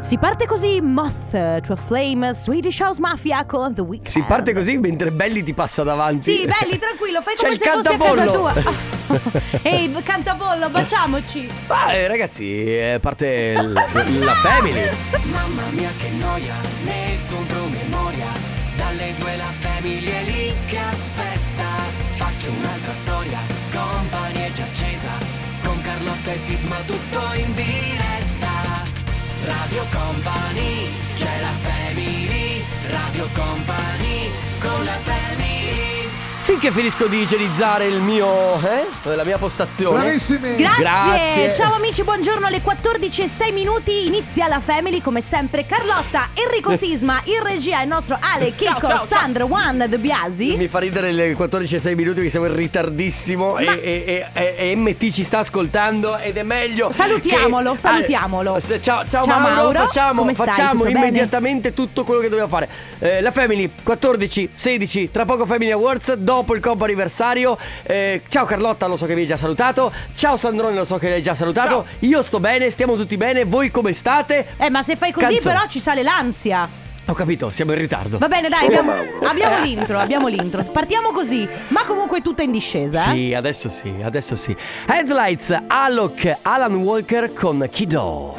Si parte così, Moth to a Flame, Swedish House Mafia con The Weeknd. Si parte così mentre Belli ti passa davanti. Sì, Belli, tranquillo, fai C'è come il se fossi a casa cantapollo. tua. Ehi, cantapollo, baciamoci. Ragazzi, parte la family. Mamma mia che noia, metto un promemoria. Dalle 2 la family è lì che aspetta. Faccio un'altra storia, Company è già accesa. Con Carlotta e Sisma tutto in diretta. Radio Company, c'è la family. Radio Company, con la family. Finché finisco di igienizzare la mia postazione. Bravissimi. Grazie. Ciao amici, buongiorno. Alle 14:06 inizia la family, come sempre Carlotta, Enrico Sisma, in regia il nostro Ale, Chicco, Sandro, Juan, De Biasi. Mi fa ridere le 14:06 che siamo in ritardissimo e MT ci sta ascoltando ed è meglio. Salutiamolo. Ciao Mauro. Come stai? Facciamo Tutto immediatamente tutto quello che dobbiamo fare. La family 14-16, tra poco Family Awards, dopo il compo anniversario. Ciao Carlotta, lo so che mi hai già salutato. Ciao Sandrone, lo so che l'hai già salutato. Ciao. Io sto bene, stiamo tutti bene. Voi come state? Ma se fai così Canzone. però ci sale l'ansia. Ho capito, siamo in ritardo. Va bene, dai, abbiamo l'intro. Partiamo così, ma comunque tutta in discesa. Sì, adesso sì. Headlights, Alok, Alan Walker con Kiddo.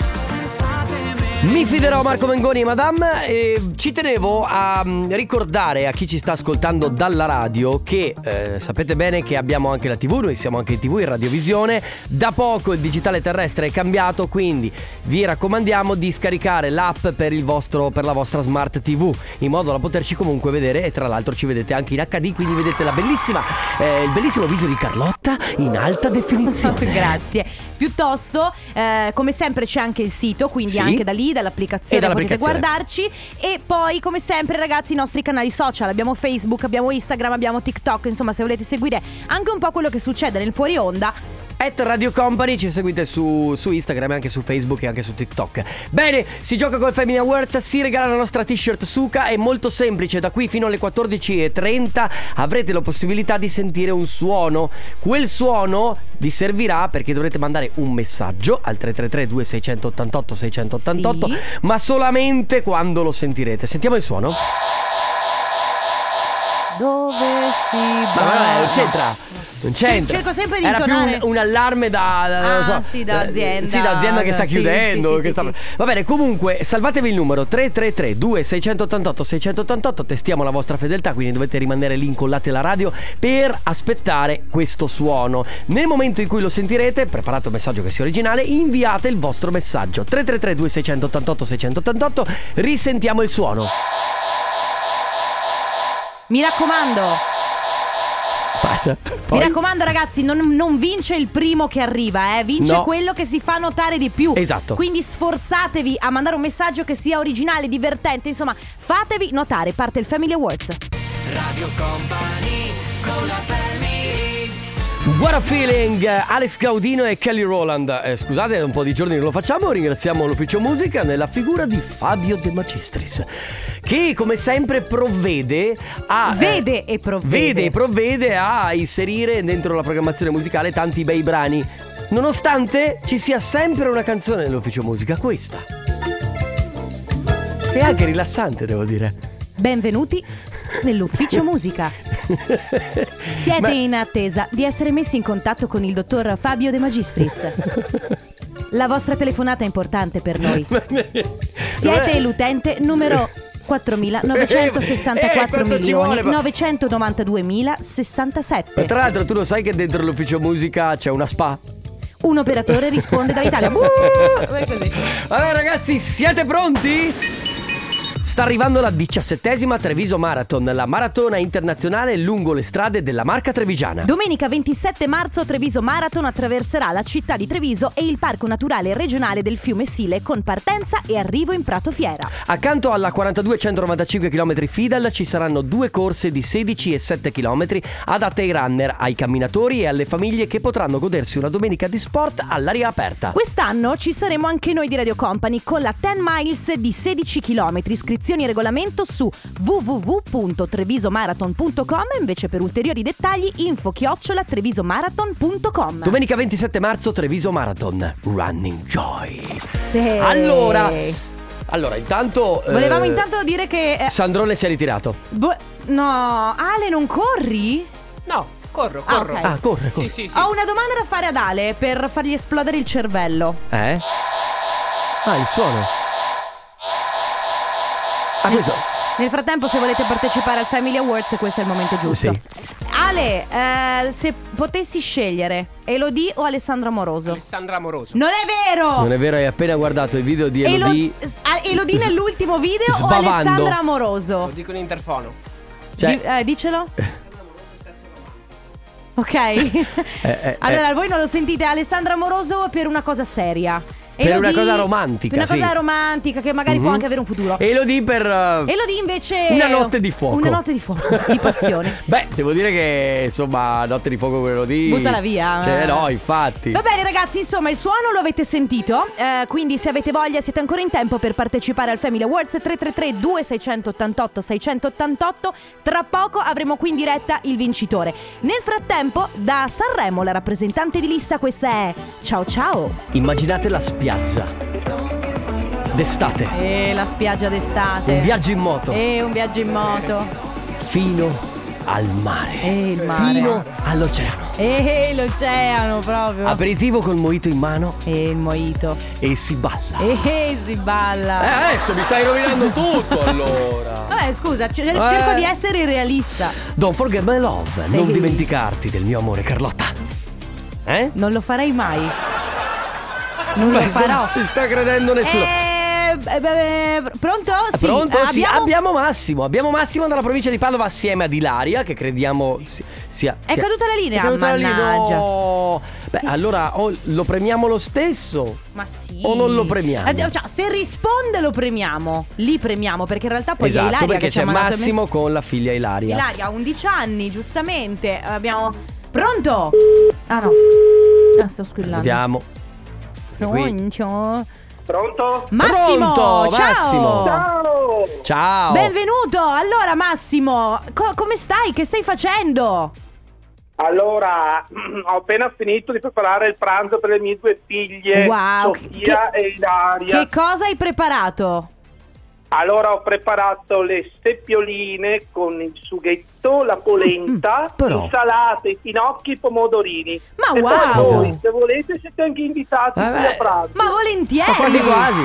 Mi fiderò Marco Mengoni e Madame, e ci tenevo a ricordare a chi ci sta ascoltando dalla radio che sapete bene che abbiamo anche la TV, noi siamo anche in TV, in radiovisione. Da poco il digitale terrestre è cambiato, quindi vi raccomandiamo di scaricare l'app per la vostra smart TV, in modo da poterci comunque vedere, e tra l'altro ci vedete anche in HD, quindi vedete il bellissimo viso di Carlotta in alta definizione. Grazie. Piuttosto, come sempre c'è anche il sito, quindi sì, anche da lì, dall'applicazione, potete guardarci. E poi come sempre ragazzi, i nostri canali social, abbiamo Facebook, abbiamo Instagram, abbiamo TikTok. Insomma, se volete seguire anche un po' quello che succede nel fuori onda, Radio Company, ci seguite su Instagram, anche su Facebook e anche su TikTok. Bene, si gioca con il Family Awards, si regala la nostra t-shirt Suka. È molto semplice, da qui fino alle 14:30 avrete la possibilità di sentire un suono. Quel suono vi servirà perché dovrete mandare un messaggio al 333 2688 688, sì, ma solamente quando lo sentirete. Sentiamo il suono. dove si Ma non c'entra. Non c'entra. Cerco sempre di Era intonare. più un allarme da non so, sì, da azienda. Sì, da azienda che sta chiudendo, sì. Va bene, comunque salvatevi il numero 333 2688 688. Testiamo la vostra fedeltà, quindi dovete rimanere lì incollati alla radio per aspettare questo suono. Nel momento in cui lo sentirete, preparate un messaggio che sia originale, inviate il vostro messaggio 333 2688 688. Risentiamo il suono. Mi raccomando. Passa. Mi raccomando ragazzi, non vince il primo che arriva, vince No. quello che si fa notare di più. Esatto. Quindi sforzatevi a mandare un messaggio che sia originale, divertente. Insomma, fatevi notare. Parte il Family Awards. Radio Company, con la family. What a feeling, Alex Gaudino e Kelly Rowland. Scusate, è un po' di giorni che lo facciamo. Ringraziamo l'Ufficio Musica nella figura di Fabio De Magistris, che come sempre provvede a Vede e provvede a inserire dentro la programmazione musicale tanti bei brani, nonostante ci sia sempre una canzone nell'Ufficio Musica, questa, che è anche rilassante, devo dire. Benvenuti nell'Ufficio Musica. Siete in attesa di essere messi in contatto con il dottor Fabio De Magistris. La vostra telefonata è importante per noi. Siete l'utente numero 4.964.992.067. Tra l'altro tu lo sai che dentro l'Ufficio Musica c'è una spa? Un operatore risponde dall'Italia. Allora ragazzi, siete pronti? Sta arrivando la 17ª Treviso Marathon, la maratona internazionale lungo le strade della Marca trevigiana. Domenica 27 marzo Treviso Marathon attraverserà la città di Treviso e il Parco Naturale Regionale del Fiume Sile, con partenza e arrivo in Prato Fiera. Accanto alla 4295 km Fidal ci saranno 2 corse di 16 e 7 km adatte ai runner, ai camminatori e alle famiglie che potranno godersi una domenica di sport all'aria aperta. Quest'anno ci saremo anche noi di Radio Company con la 10 Miles di 16 km. Iscrizioni e regolamento su www.trevisomarathon.com. Invece per ulteriori dettagli info@trevisomarathon.com. Domenica 27 marzo Treviso Marathon, Running Joy. Sì. Allora, Allora, intanto Volevamo intanto dire che Sandrone si è ritirato. no, Ale, non corri? No, corro. ok. Corre. Sì. Ho una domanda da fare ad Ale per fargli esplodere il cervello. Il suono. Questo. Nel frattempo, se volete partecipare al Family Awards, questo è il momento giusto. Sì. Ale, se potessi scegliere Elodie o Alessandra Amoroso? Alessandra Amoroso. Non è vero! Non è vero, hai appena guardato il video di Elodie. Elodie nell'ultimo video sbavando. o Alessandra Amoroso? Lo dico in interfono. Cioè, Dicelo. Ok. Allora, voi non lo sentite, Alessandra Amoroso per una cosa seria. Per una cosa romantica, Per una sì. cosa romantica che magari può anche avere un futuro. Elodie per Elodie invece una notte di fuoco. Una notte di fuoco, di passione. Beh, devo dire che insomma, notte di fuoco con Elodie. Buttala via. Cioè, no, infatti. Va bene ragazzi, insomma il suono lo avete sentito, quindi se avete voglia siete ancora in tempo per partecipare al Family Awards. 333 2688 688. Tra poco avremo qui in diretta il vincitore. Nel frattempo, da Sanremo, la rappresentante di lista, questa è Ciao Ciao. Immaginate la spiaggia d'estate. La spiaggia d'estate. Un viaggio in moto. Un viaggio in moto. Fino al mare. Il mare. Fino all'oceano. L'oceano proprio. Aperitivo col mojito in mano. Il mojito. E si balla. Si balla. Adesso mi stai rovinando tutto allora. Vabbè, scusa, cerco di essere realista. Don't forget my love. Non dimenticarti del mio amore, Carlotta. Non lo farei mai. Non lo farò. Non ci sta credendo nessuno. Pronto? Sì. Pronto? Sì, abbiamo Massimo dalla provincia di Padova assieme ad Ilaria, che crediamo sia È caduta la linea. È caduta mannaggia. la linea. No. Beh, allora lo premiamo lo stesso? Ma sì. O non lo premiamo? Cioè, se risponde lo premiamo. Li premiamo, perché in realtà poi esatto, è Ilaria perché che ci ha c'è mandato Massimo con la figlia Ilaria. Ilaria ha 11 anni, giustamente. Abbiamo. Pronto? Ah no. Sto squillando. Andiamo. Pronto? Pronto? Massimo, Pronto, ciao. Massimo. Ciao. Benvenuto. Allora Massimo, come stai? Che stai facendo? Allora, ho appena finito di preparare il pranzo per le mie due figlie, Wow, Sofia e Ilaria. Che cosa hai preparato? Allora ho preparato le seppioline con il sughetto, la polenta, però. insalate, finocchi, pomodorini. Ma e wow. poi voi, se volete, siete anche invitati qui a pranzo. Ma volentieri. Ma quasi.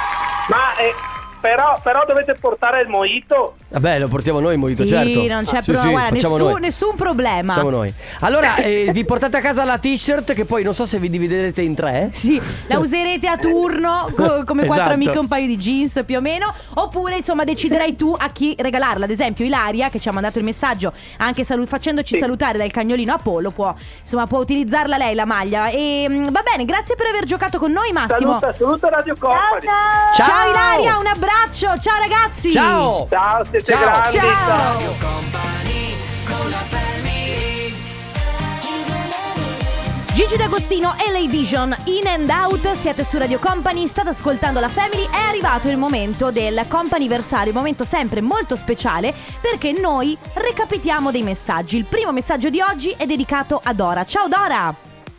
Però dovete portare il mojito. Vabbè, lo portiamo noi il mojito, sì, certo. non c'è Sì, problema, sì, guarda, nessun problema. Facciamo noi. Allora, vi portate a casa la t-shirt, che poi non so se vi dividerete in tre. Sì, la userete a turno come quattro Esatto. amiche, un paio di jeans più o meno. Oppure insomma deciderai tu a chi regalarla. Ad esempio Ilaria, che ci ha mandato il messaggio anche facendoci salutare dal cagnolino Apollo, può utilizzarla lei la maglia. E va bene, grazie per aver giocato con noi Massimo. Saluta Radio Company. Ciao Ilaria, un abbraccio. Ciao ragazzi. Ciao. Ciao, siete Ciao. grandi. Ciao. Radio Company con la family. Gigi D'Agostino e Lay Vision, In and Out. Siete su Radio Company, state ascoltando la Family. È arrivato il momento del comp'anniversario, un momento sempre molto speciale perché noi recapitiamo dei messaggi. Il primo messaggio di oggi è dedicato a Dora. Ciao Dora.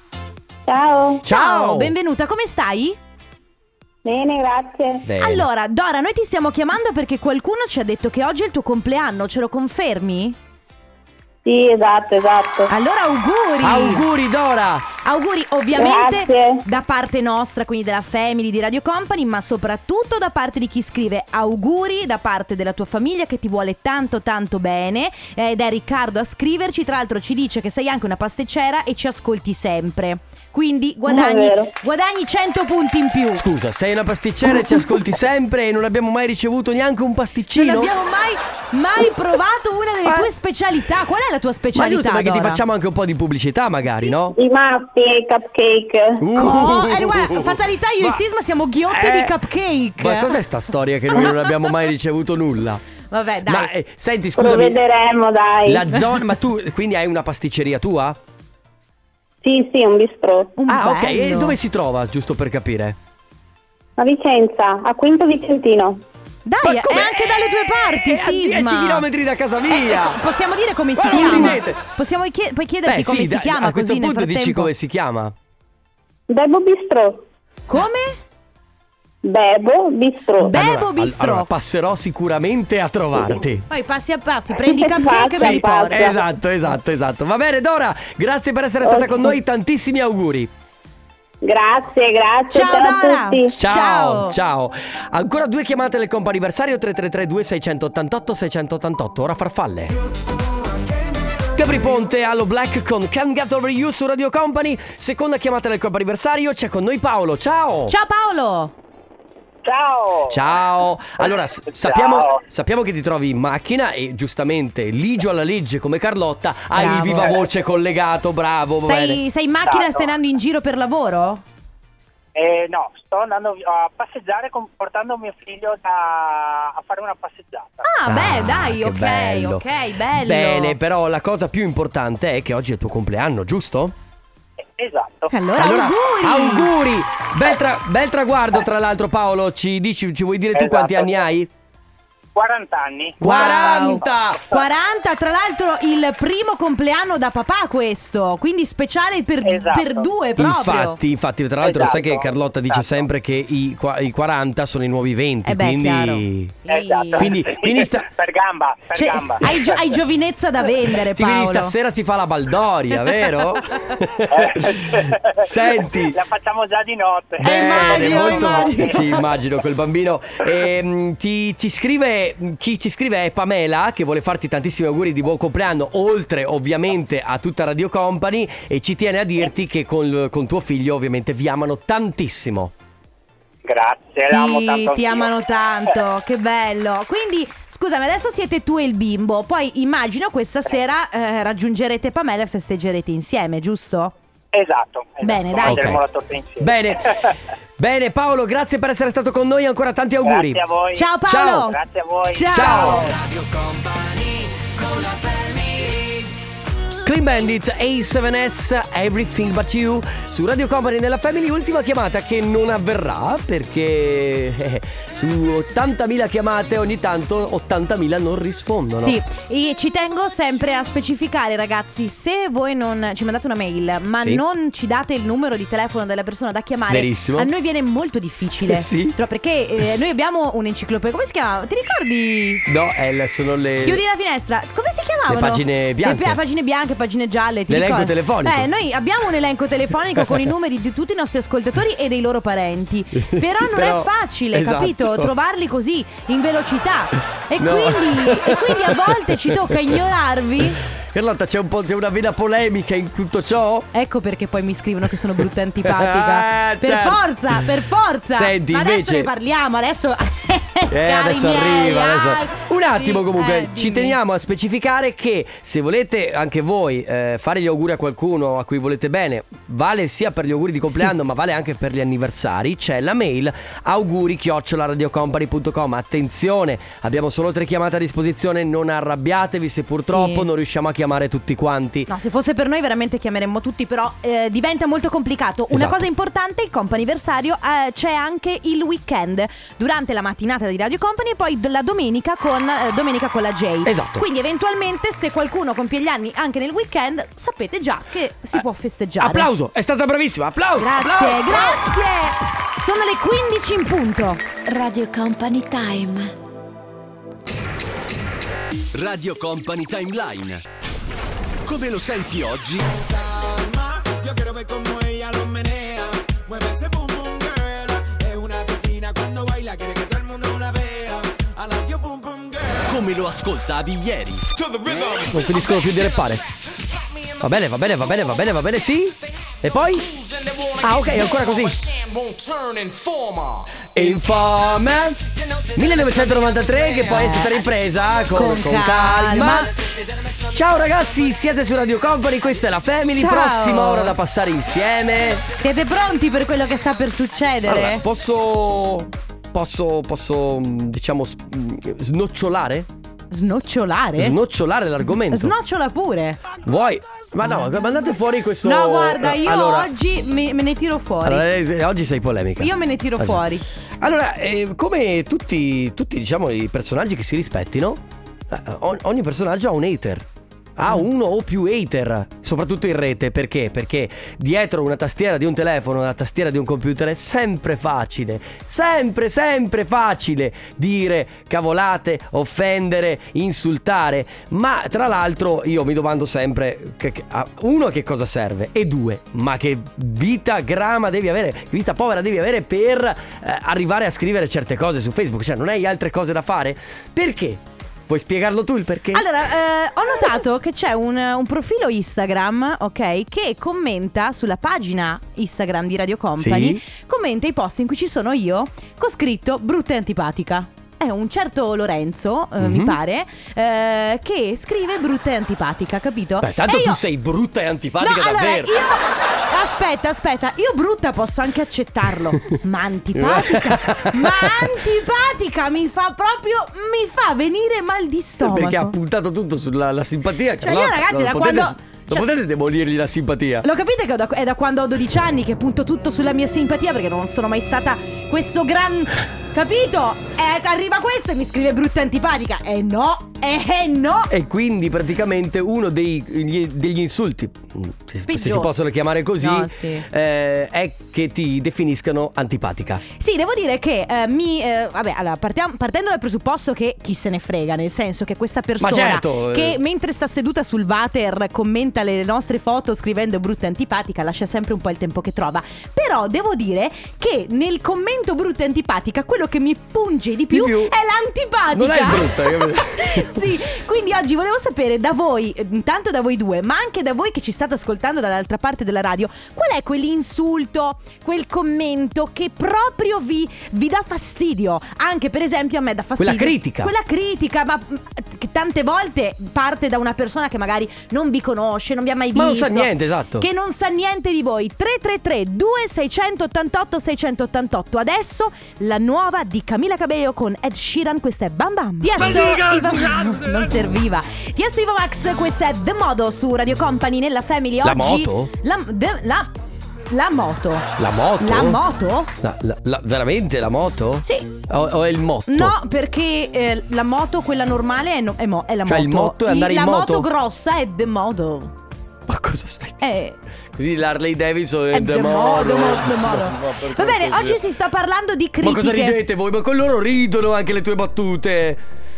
Ciao. Benvenuta, come stai? Bene, grazie. Bene. Allora Dora, noi ti stiamo chiamando perché qualcuno ci ha detto che oggi è il tuo compleanno, ce lo confermi? Sì, esatto. Allora auguri. Auguri Dora. Auguri ovviamente Grazie. da parte nostra, quindi della Family di Radio Company, ma soprattutto da parte di chi scrive auguri, da parte della tua famiglia che ti vuole tanto tanto bene, ed è Riccardo a scriverci. Tra l'altro ci dice che sei anche una pasticcera e ci ascolti sempre, quindi guadagni È vero. 100 punti in più. Scusa, sei una pasticcera e ci ascolti sempre e non abbiamo mai ricevuto neanche un pasticcino? Non abbiamo mai provato una delle tue specialità. Qual è la tua Ma specialità, giusto, perché ti Dora? facciamo anche un po' di pubblicità magari, Sì. no? I matti e i cupcake. Guarda, fatalità, io e Sisma siamo ghiotte di cupcake. Ma cos'è sta storia che noi non abbiamo mai ricevuto nulla? Vabbè, dai. Ma senti, scusami, Provvederemo, dai. la zona, ma tu quindi hai una pasticceria tua? Sì, un bistrò. Ok, e bello. dove si trova, giusto per capire? A Vicenza, a Quinto Vicentino. Dai, è com'è? anche dalle tue parti, È a Sisma. 10 chilometri da casa mia. Possiamo dire come si Ma non chiama? ridete. Possiamo puoi chiederti come si chiama, a questo così nel punto frattempo. dici come si chiama? Debo Bistrò. Come? Bebo Bistro. Bebo Bistro. Allora, passerò sicuramente a trovarti. Poi passi a passi, prendi i cupcake e Passa, me li porti. Esatto. Va bene, Dora, grazie per essere stata con noi, tantissimi auguri. Grazie. Ciao, a Dora. tutti. Ciao. Ancora 2 chiamate del comp'anniversario, 333-2688-688. Ora farfalle. Capri Ponte, Allo Black con Can't Get Over You su Radio Company. Seconda chiamata del comp'anniversario, c'è con noi Paolo. Ciao. Ciao Paolo. Ciao. Allora, sappiamo che ti trovi in macchina e giustamente ligio alla legge come Carlotta hai il viva voce collegato, bravo. Va bene. Sei in macchina, stai andando in giro per lavoro? No, sto andando a passeggiare portando mio figlio a fare una passeggiata. Beh, dai, che ok, bello. ok, bello. Bene, però la cosa più importante è che oggi è il tuo compleanno, giusto? Esatto. Allora auguri. Bel traguardo, tra l'altro. Paolo, ci vuoi dire tu quanti anni hai? 40 anni. 40! 40, tra l'altro il primo compleanno da papà questo, quindi speciale per due proprio. Infatti, tra l'altro sai che Esatto, Carlotta dice sempre che i 40 sono i nuovi 20, quindi Sì. Esatto. quindi per gamba. Hai giovinezza da vendere, sì, Paolo. quindi stasera si fa la baldoria, vero? Senti, La facciamo già di notte. immagino. Sì, immagino quel bambino. Chi ci scrive è Pamela, che vuole farti tantissimi auguri di buon compleanno, oltre ovviamente a tutta Radio Company, e ci tiene a dirti che con tuo figlio ovviamente vi amano tantissimo. Grazie, l'amo tanto Sì, ti anch'io. amano tanto, che bello. Quindi, scusami, adesso siete tu e il bimbo, poi immagino questa sera raggiungerete Pamela e festeggerete insieme, giusto? Esatto. Bene, dai. Mangeremo Ok. la torta insieme. Bene Paolo, grazie per essere stato con noi, ancora tanti auguri. Grazie a voi. Ciao Paolo. Grazie a voi. Ciao. Radio Company con la family. Clean Bandit, A7S, Everything But You su Radio Company nella Family. Ultima chiamata che non avverrà perché su 80.000 chiamate ogni tanto 80.000 non rispondono. Sì, e ci tengo sempre a specificare, ragazzi, se voi non ci mandate una mail ma Sì. non ci date il numero di telefono della persona da chiamare, Verissimo. a noi viene molto difficile. Sì. Però perché noi abbiamo un'enciclopedia, come si chiama? Ti ricordi? No, sono le... Chiudi la finestra. Come si chiamavano? Le pagine bianche. Le pagine bianche, pagine gialle. Ti L'elenco ricordi? telefonico. Noi abbiamo un elenco telefonico con i numeri di tutti i nostri ascoltatori e dei loro parenti. Però Sì, non però- è facile, esatto. capito? Trovarli così in velocità. E, No. quindi a volte ci tocca ignorarvi. Carlotta, c'è una vena polemica in tutto ciò? Ecco perché poi mi scrivono che sono brutta e antipatica. Certo. Per forza. Senti, Ma adesso invece- ne parliamo. Adesso cari adesso miei, arriva adesso. Un attimo sì, comunque ci dimmi. teniamo a specificare che se volete anche voi fare gli auguri a qualcuno a cui volete bene, vale sia per gli auguri di compleanno ma vale anche per gli anniversari, c'è la mail auguri@radiocompany.com. Attenzione, abbiamo solo 3 chiamate a disposizione, non arrabbiatevi se purtroppo Sì. non riusciamo a chiamare tutti quanti. No, se fosse per noi veramente chiameremmo tutti, però diventa molto complicato. Una Esatto. cosa importante, il comp'anniversario, c'è anche il weekend durante la mattinata di Radio Company e poi la domenica con la J. Esatto. Quindi eventualmente se qualcuno compie gli anni anche nel weekend, sapete già che si può festeggiare. Applauso, è stata bravissima, applauso. Grazie, applauso. grazie. Sono le 15 in punto. Radio Company Time. Radio Company Timeline. Come lo senti oggi? Come lo ascoltavi ieri? Non finiscono più di rappare. Va bene, sì. E poi? Ah, ok, ancora così. Infame 1993, che poi è stata ripresa con calma. Ciao ragazzi, siete su Radio Company, questa è la Family. Ciao. Prossima ora da passare insieme. Siete pronti per quello che sta per succedere? Allora, posso diciamo snocciolare? Snocciolare? Snocciolare l'argomento. Snocciola pure. Vuoi? Ma no, mandate fuori questo. No, guarda, io allora, oggi me ne tiro fuori. allora, oggi sei polemica. Io me ne tiro fuori. Allora, come tutti diciamo i personaggi che si rispettino, ogni personaggio ha un hater. ha uno o più hater, soprattutto in rete. Perché? Perché dietro una tastiera di un telefono, una tastiera di un computer è sempre facile, sempre facile dire cavolate, offendere, insultare. Ma tra l'altro io mi domando sempre uno, che cosa serve, e due, ma che vita grama devi avere, che vita povera devi avere per arrivare a scrivere certe cose su Facebook. Cioè non hai altre cose da fare? Perché? Puoi spiegarlo tu il perché? Allora, ho notato che c'è un profilo Instagram, ok, che commenta sulla pagina Instagram di Radio Company, sì, commenta i post in cui ci sono io con scritto brutta e antipatica. È un certo Lorenzo, mi pare, che scrive brutta e antipatica, capito? Beh, tanto tu sei brutta e antipatica, no, davvero. Allora, aspetta, io brutta posso anche accettarlo, ma antipatica mi fa venire mal di stomaco. Perché ha puntato tutto sulla simpatia. Cioè io, ragazzi, non potete demolirgli la simpatia. Lo capite che è da quando ho 12 anni che punto tutto sulla mia simpatia, perché non sono mai stata questo gran... Capito? Arriva questo e mi scrive brutta e antipatica. No. E quindi praticamente uno degli insulti, se si possono chiamare così, no, sì, è che ti definiscano antipatica. Sì, devo dire che vabbè, allora partendo dal presupposto che chi se ne frega, nel senso che questa persona, certo, che mentre sta seduta sul water commenta le nostre foto scrivendo brutta e antipatica, lascia sempre un po' il tempo che trova. Però devo dire che nel commento brutta e antipatica quello che mi punge di più è l'antipatica. Non è brutta. Sì, quindi oggi volevo sapere da voi, intanto da voi due, ma anche da voi che ci state ascoltando dall'altra parte della radio, qual è quell'insulto, quel commento che proprio vi dà fastidio. Anche per esempio a me dà fastidio quella critica, ma che tante volte parte da una persona che magari non vi conosce, non vi ha mai visto, ma non sa niente, esatto, che non sa niente di voi. 333 2688 688. Adesso la nuova di Camila Cabello con Ed Sheeran, questa è Bam Bam. Non serviva. Tiesto Iva Max, questa è The Modo su Radio Company nella Family. La oggi moto? La moto. La moto? La moto? Veramente la moto? Sì. O è il motto? No, perché la moto, quella normale è la moto. Cioè il motto è andare in moto? La moto grossa è The Modo. Ma cosa stai dicendo? Così l'Harley Davidson è The Modo. Va bene, oggi si sta parlando di critiche. Ma cosa ridete voi? Ma con loro ridono anche le tue battute.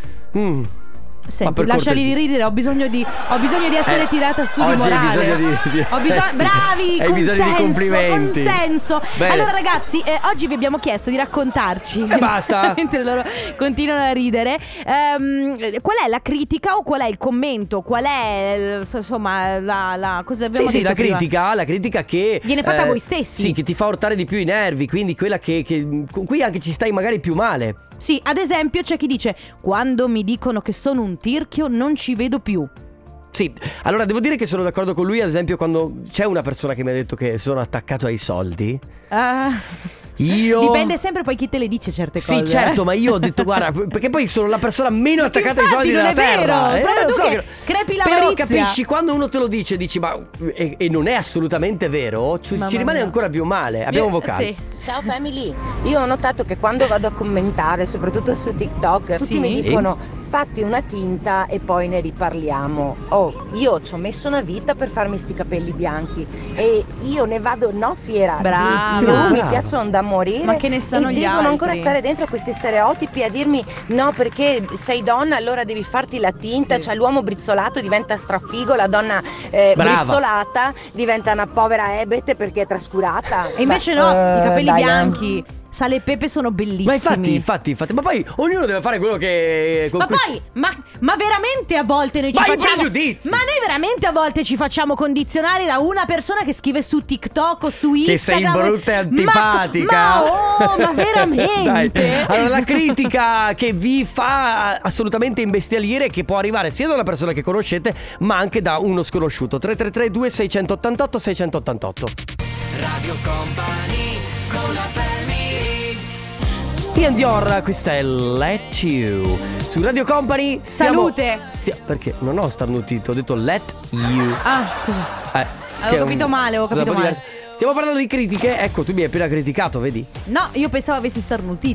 Senti, lasciali ridere, ho bisogno di essere tirata su di morale. Bravi, hai bisogno di complimenti. Consenso. Allora ragazzi, oggi vi abbiamo chiesto di raccontarci, e basta, mentre loro continuano a ridere, qual è la critica o qual è il commento, qual è insomma la cosa abbiamo detto la prima? la critica che viene fatta a voi stessi. Sì, che ti fa urtare di più i nervi, quindi quella con cui anche ci stai magari più male. Sì, ad esempio c'è chi dice: quando mi dicono che sono un tirchio non ci vedo più. Sì, allora devo dire che sono d'accordo con lui. Ad esempio quando c'è una persona che mi ha detto che sono attaccato ai soldi, io... Dipende sempre poi chi te le dice certe cose. Sì, certo, ma io ho detto guarda, perché poi sono la persona meno attaccata ai soldi della terra. Non è vero, tu che crepi l'avarizia. Però capisci, quando uno te lo dice dici ma e non è assolutamente vero, ci rimane ancora più male. Abbiamo vocali. Sì. Ciao family, io ho notato che quando vado a commentare, soprattutto su TikTok, tutti mi dicono fatti una tinta e poi ne riparliamo. Io ci ho messo una vita per farmi sti capelli bianchi e io ne vado fiera. Brava. Mi piacciono da morire. Ma che ne sanno e gli devono altri ancora stare dentro a questi stereotipi a dirmi no perché sei donna allora devi farti la tinta, cioè l'uomo brizzolato diventa strafigo, la donna brizzolata diventa una povera ebete perché è trascurata. E invece no, i capelli bianchi, sale e pepe sono bellissimi. Ma infatti, ma poi ognuno deve fare quello che ma veramente a volte noi ci facciamo noi veramente a volte ci facciamo condizionare da una persona che scrive su TikTok o su Instagram che sei brutta e antipatica. Ma veramente? Dai. Allora la critica che vi fa assolutamente imbestialire, che può arrivare sia da una persona che conoscete ma anche da uno sconosciuto. 333 2688 688. Radio Company con la Family. Ian Dior, questa è Let You su Radio Company. Salute. Perché non ho starnutito, ho detto Let You. Scusa. Avevo capito male, Stiamo parlando di critiche. Ecco, tu mi hai appena criticato, vedi? No, io pensavo avessi starnutito.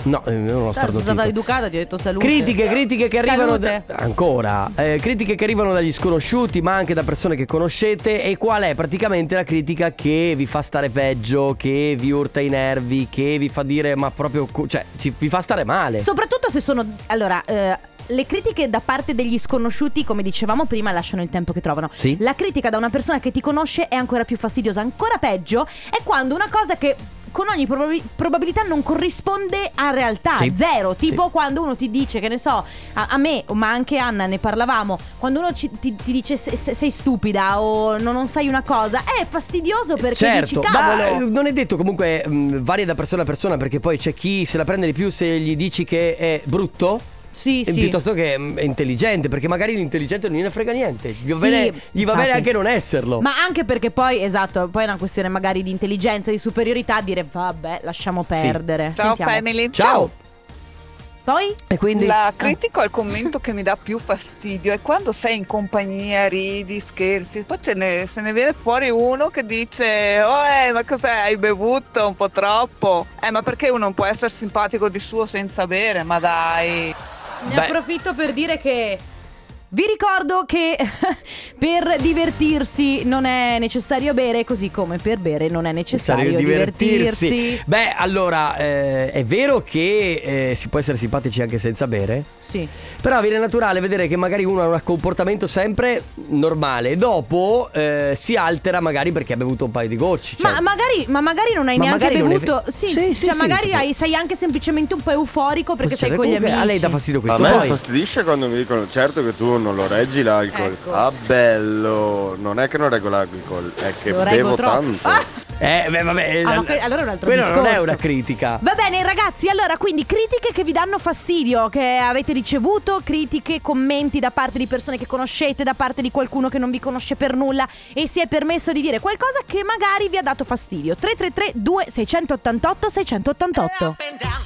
No, non ho Sono stata starnutito. educata, ti ho detto salute. Critiche che arrivano Salute. ancora critiche che arrivano dagli sconosciuti, ma anche da persone che conoscete. E qual è praticamente la critica che vi fa stare peggio, che vi urta i nervi, che vi fa dire ma proprio, cioè vi fa stare male? Soprattutto se sono, allora, le critiche da parte degli sconosciuti, come dicevamo prima, lasciano il tempo che trovano. Sì. La critica da una persona che ti conosce è ancora più fastidiosa. Ancora peggio è quando una cosa che con ogni probabilità non corrisponde a realtà, Sì. zero. Tipo Sì. quando uno ti dice, che ne so, a me, ma anche Anna ne parlavamo, quando uno ti dice sei stupida o non sai una cosa, è fastidioso perché Certo, dici cavolo. ma non è detto, comunque varia da persona a persona, perché poi c'è chi se la prende di più se gli dici che è brutto. Sì, sì. Piuttosto che è intelligente, perché magari l'intelligente non gliene frega niente. Gli va Sì, bene infatti. anche non esserlo. Ma anche perché poi, esatto, poi è una questione magari di intelligenza, di superiorità, dire vabbè, lasciamo perdere. Ciao Sentiamo. family. Ciao. Poi? E quindi La critica o il commento che mi dà più fastidio è quando sei in compagnia, ridi, scherzi, poi se ne viene fuori uno che dice ma cos'è, hai bevuto un po' troppo? Ma perché uno non può essere simpatico di suo senza bere? Ma dai. Ne approfitto per dire che vi ricordo che per divertirsi non è necessario bere, così come per bere non è necessario divertirsi. Beh, allora, è vero che si può essere simpatici anche senza bere. Sì. Però viene naturale vedere che magari uno ha un comportamento sempre normale e dopo si altera magari perché ha bevuto un paio di gocci. Cioè. Ma magari non hai Ma neanche magari non è bevuto. Sì, sì, cioè sì, magari sì. sei anche semplicemente un po' euforico perché sei con gli Comunque, amici. a lei dà fastidio A questo. me Poi fastidisce quando mi dicono certo che tu non lo reggi l'alcol. Ecco. Ah bello, non è che non reggo l'alcol, è che Lo reggo bevo troppo. tanto. vabbè. Allora è un altro quello discorso. non è una critica. Va bene ragazzi, allora quindi critiche che vi danno fastidio, che avete ricevuto, critiche, commenti da parte di persone che conoscete, da parte di qualcuno che non vi conosce per nulla e si è permesso di dire qualcosa che magari vi ha dato fastidio. 333 2688 688.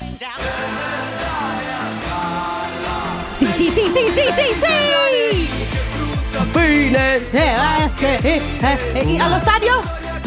Sì. Fine. Allo stadio?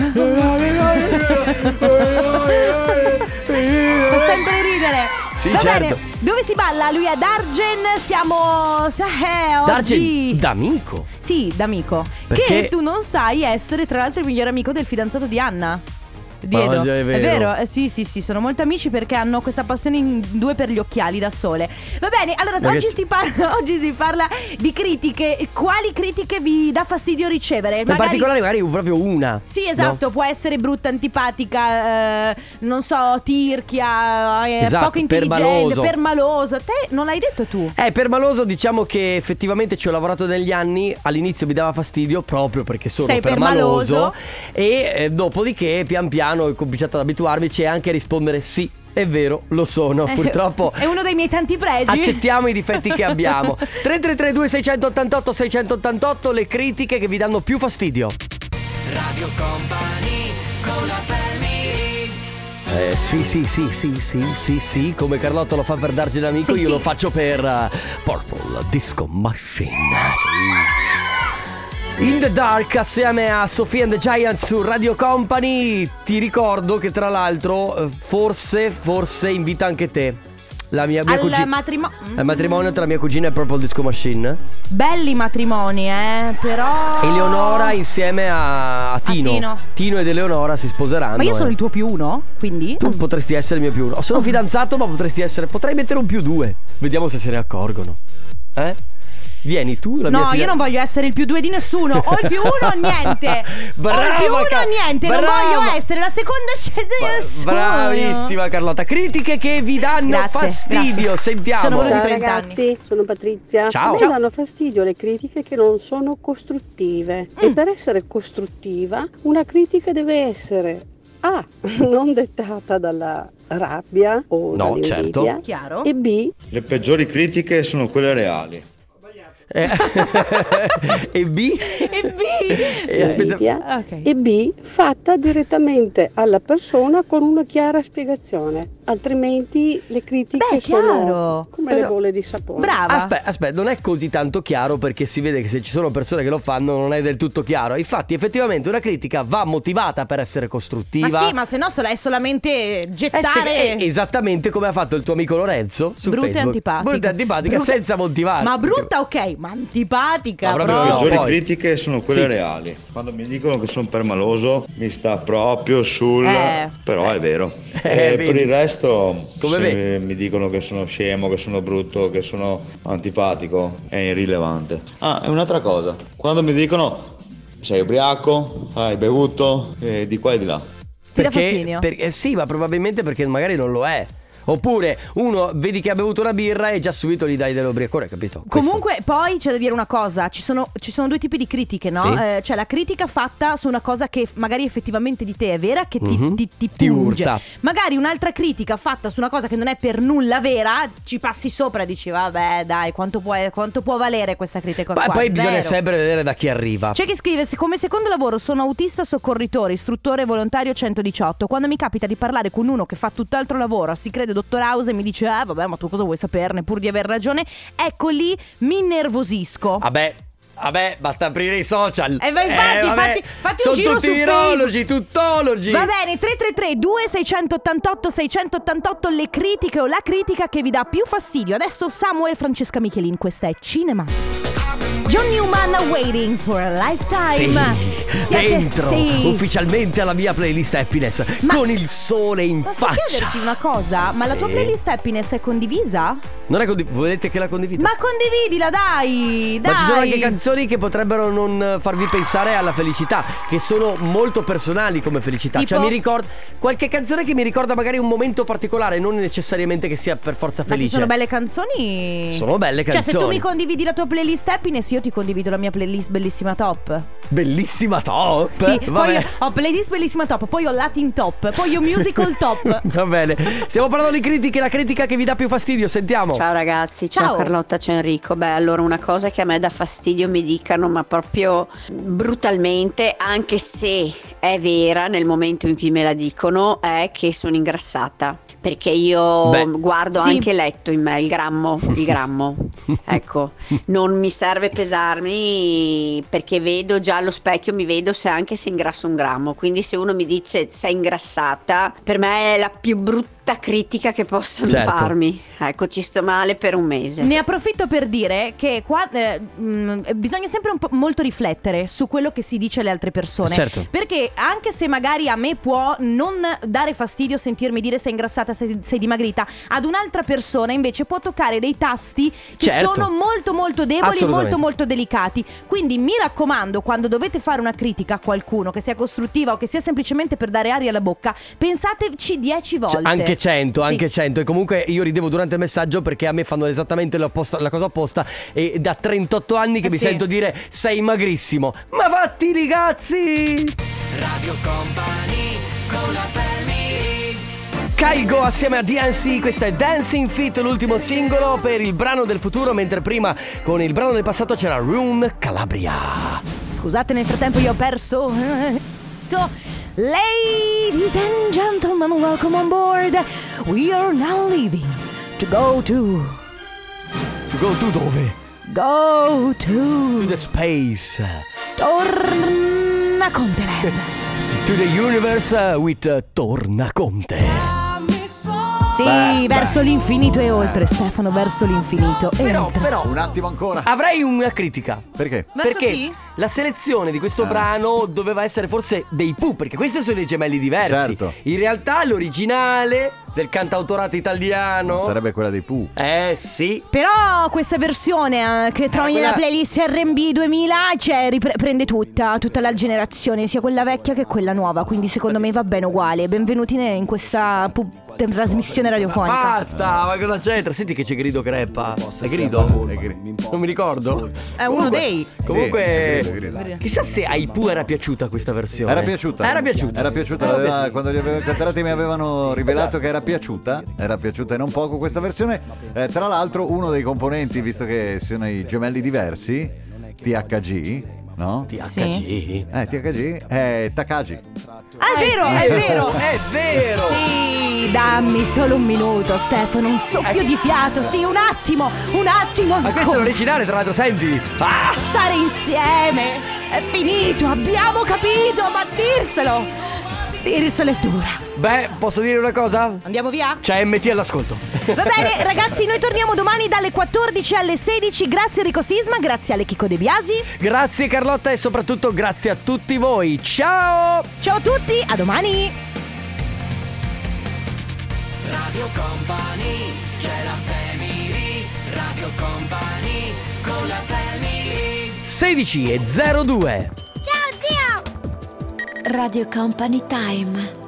Fa sempre ridere. Sì, Va certo. bene. Dove si balla? Lui è Dargen. Siamo oggi Dargen, d'amico. Sì, d'amico. Perché? Che tu non sai essere tra l'altro il migliore amico del fidanzato di Anna, Diedo. Oh, è vero. Sì, sono molto amici perché hanno questa passione in due per gli occhiali da sole. Va bene, allora oggi si parla di critiche. Quali critiche vi dà fastidio ricevere? In particolare magari proprio una. Sì, esatto, no? Può essere brutta, antipatica, non so, tirchia, Esatto, poco intelligente, permaloso. permaloso. Te non l'hai detto tu? Permaloso, diciamo che effettivamente ci ho lavorato negli anni. All'inizio mi dava fastidio proprio perché sono Sei permaloso. E dopodiché pian piano ho cominciato ad abituarmici e anche a rispondere sì. È vero, lo sono, purtroppo. È uno dei miei tanti pregi. Accettiamo i difetti che abbiamo. 3332 688 688, le critiche che vi danno più fastidio. Radio Company con la family. Sì, come Carlotta lo fa per darci l'amico, io lo faccio per Purple Disco Machine. Sì. In the Dark assieme a Sophie and the Giants su Radio Company. Ti ricordo che tra l'altro forse invita anche te. La mia al cugina. matrimonio. Al matrimonio tra mia cugina e Purple Disco Machine. Belli matrimoni, però. Eleonora insieme a Tino. Tino ed Eleonora si sposeranno. Ma io sono il tuo più uno, quindi. Tu potresti essere il mio più uno. Sono fidanzato, ma potrei mettere un più due. Vediamo se se ne accorgono. Vieni tu, la mia io non voglio essere il più due di nessuno. O il più uno o niente. Brava, o il più uno o niente. Non brava. voglio essere la seconda scelta di nessuno. Bravissima Carlotta. Critiche che vi danno fastidio. Grazie. Sentiamo. Sono voluti Ciao 30 ragazzi, anni. sono Patrizia. Ciao. A me Ciao. danno fastidio le critiche che non sono costruttive. E per essere costruttiva una critica deve essere A, non dettata dalla rabbia o dall'invidia, Chiaro. e B, Le peggiori critiche sono quelle reali. E B? Media. Ok. E B, fatta direttamente alla persona con una chiara spiegazione, altrimenti le critiche sono come le bolle di sapone. Brava. Aspetta, non è così tanto chiaro, perché si vede che se ci sono persone che lo fanno non è del tutto chiaro. Infatti effettivamente una critica va motivata per essere costruttiva. Ma sì, ma se no è solamente gettare esattamente come ha fatto il tuo amico Lorenzo su brutta Facebook. e antipatica. Senza motivare. Ma brutta ok, ma antipatica Le peggiori critiche sono quelle reali. Quando mi dicono che sono permaloso mi sta proprio sul però è vero. Per il resto se mi dicono che sono scemo, che sono brutto, che sono antipatico, è irrilevante. E un'altra cosa, quando mi dicono sei ubriaco, hai bevuto, di qua e di là. Perché sì, ma probabilmente perché magari non lo è. Oppure uno vedi che ha bevuto una birra e già subito gli dai dell'ubriacore, capito? Comunque poi c'è da dire una cosa, ci sono due tipi di critiche, no? Sì. C'è la critica fatta su una cosa che magari effettivamente di te è vera, che ti punge. urta. Magari un'altra critica fatta su una cosa che non è per nulla vera, ci passi sopra e dici vabbè dai, quanto può valere questa critica qua? Poi bisogna Zero. sempre vedere da chi arriva. C'è chi scrive: come secondo lavoro sono autista soccorritore, istruttore volontario 118. Quando mi capita di parlare con uno che fa tutt'altro lavoro, si crede dottor House, e mi dice vabbè, ma tu cosa vuoi saperne, pur di aver ragione, ecco lì mi innervosisco. Vabbè, basta aprire i social. Fatti sono un giro tutti su virologi, tuttologi. Va bene, 333 2688 688 le critiche o la critica che vi dà più fastidio. Adesso Samuel Francesca Michelin, questa è Cinema. John Newman, Waiting for a Lifetime. Dentro ufficialmente alla mia playlist Happiness, con il sole in faccia. Posso chiederti una cosa? Ma la tua playlist Happiness è condivisa? Non è volete che la condivida? Ma condividila, dai. Ma ci sono anche canzoni che potrebbero non farvi pensare alla felicità, che sono molto personali come felicità. Tipo? Cioè mi ricorda qualche canzone che mi ricorda magari un momento particolare, non necessariamente che sia per forza felice. Ma se sono belle canzoni. Sono belle canzoni. Cioè se tu mi condividi la tua playlist Happiness, io ti condivido la mia playlist Bellissima Top. Bellissima Top? Sì, vabbè. Poi ho playlist Bellissima Top, poi ho Latin Top, poi ho Musical Top. Va bene. Stiamo parlando di critiche, la critica che vi dà più fastidio, sentiamo. Ciao ragazzi, ciao Carlotta, ciao Enrico. Beh, allora una cosa che a me dà fastidio mi dicano, ma proprio brutalmente, anche se è vera nel momento in cui me la dicono, è che sono ingrassata. Perché io guardo anche letto in me il grammo. Ecco, non mi serve pesarmi, perché vedo già allo specchio, mi vedo anche se ingrasso un grammo. Quindi se uno mi dice sei ingrassata, per me è la più brutta critica che possono farmi. Ecco, ci sto male per un mese. Ne approfitto per dire che qua bisogna sempre molto riflettere su quello che si dice alle altre persone. Certo. Perché anche se magari a me può non dare fastidio sentirmi dire sei ingrassata, sei dimagrita, ad un'altra persona invece può toccare dei tasti che sono molto molto deboli, molto molto delicati. Quindi mi raccomando, quando dovete fare una critica a qualcuno, che sia costruttiva o che sia semplicemente per dare aria alla bocca, pensateci 10 volte. Anche 100. E comunque io ridevo durante il messaggio, perché a me fanno esattamente la cosa opposta. E da 38 anni che mi sento dire sei magrissimo. Ma fatti li cazzi! Radio Company con la family. Kygo assieme a DNC, questo è Dancing Fit, l'ultimo singolo per il brano del futuro, mentre prima con il brano del passato c'era Rune Calabria. Scusate, nel frattempo io ho perso. Ladies and gentlemen, welcome on board. We are now leaving to go to dove? Go to the space. Tornaconte. To the universe with Tornaconte. Sì, verso l'infinito e oltre, Stefano, verso l'infinito e oltre. Però un attimo ancora. Avrei una critica. Perché? Perché chi? la selezione di questo brano doveva essere forse dei Pooh, perché questi sono dei gemelli diversi. Certo. In realtà l'originale del cantautorato italiano sarebbe quella dei Pooh. Sì. Però questa versione che trovi nella playlist R&B 2000 prende tutta la generazione, sia quella vecchia che quella nuova. Quindi secondo me va bene uguale. Benvenuti in questa trasmissione radiofonica. Basta, ma cosa c'entra? Senti che c'è Grido Creppa. È Grido? Non mi ricordo. È uno dei. Comunque, chissà se ai Pooh era piaciuta questa versione. Era piaciuta. Quando gli avevo incontrati mi avevano rivelato che era piaciuta e non poco questa versione. Tra l'altro uno dei componenti, visto che sono i gemelli diversi, THG, no? THG? Sì. THG è Takagi. È vero. Sì, dammi solo un minuto, Stefano, un soffio di fiato. Sì, un attimo. Ma questo è l'originale, tra l'altro, senti. Stare insieme è finito, abbiamo capito, ma dirselo è dura. Beh, posso dire una cosa? Andiamo via? C'è MT all'ascolto. Va bene, ragazzi, noi torniamo domani dalle 14 alle 16. Grazie Enrico Sisma, grazie alle Chico De Biasi. Grazie Carlotta e soprattutto grazie a tutti voi. Ciao! Ciao a tutti, a domani. Radio Company, c'è la family. Radio Company, con la family. 16:02. Ciao zio! Radio Company Time.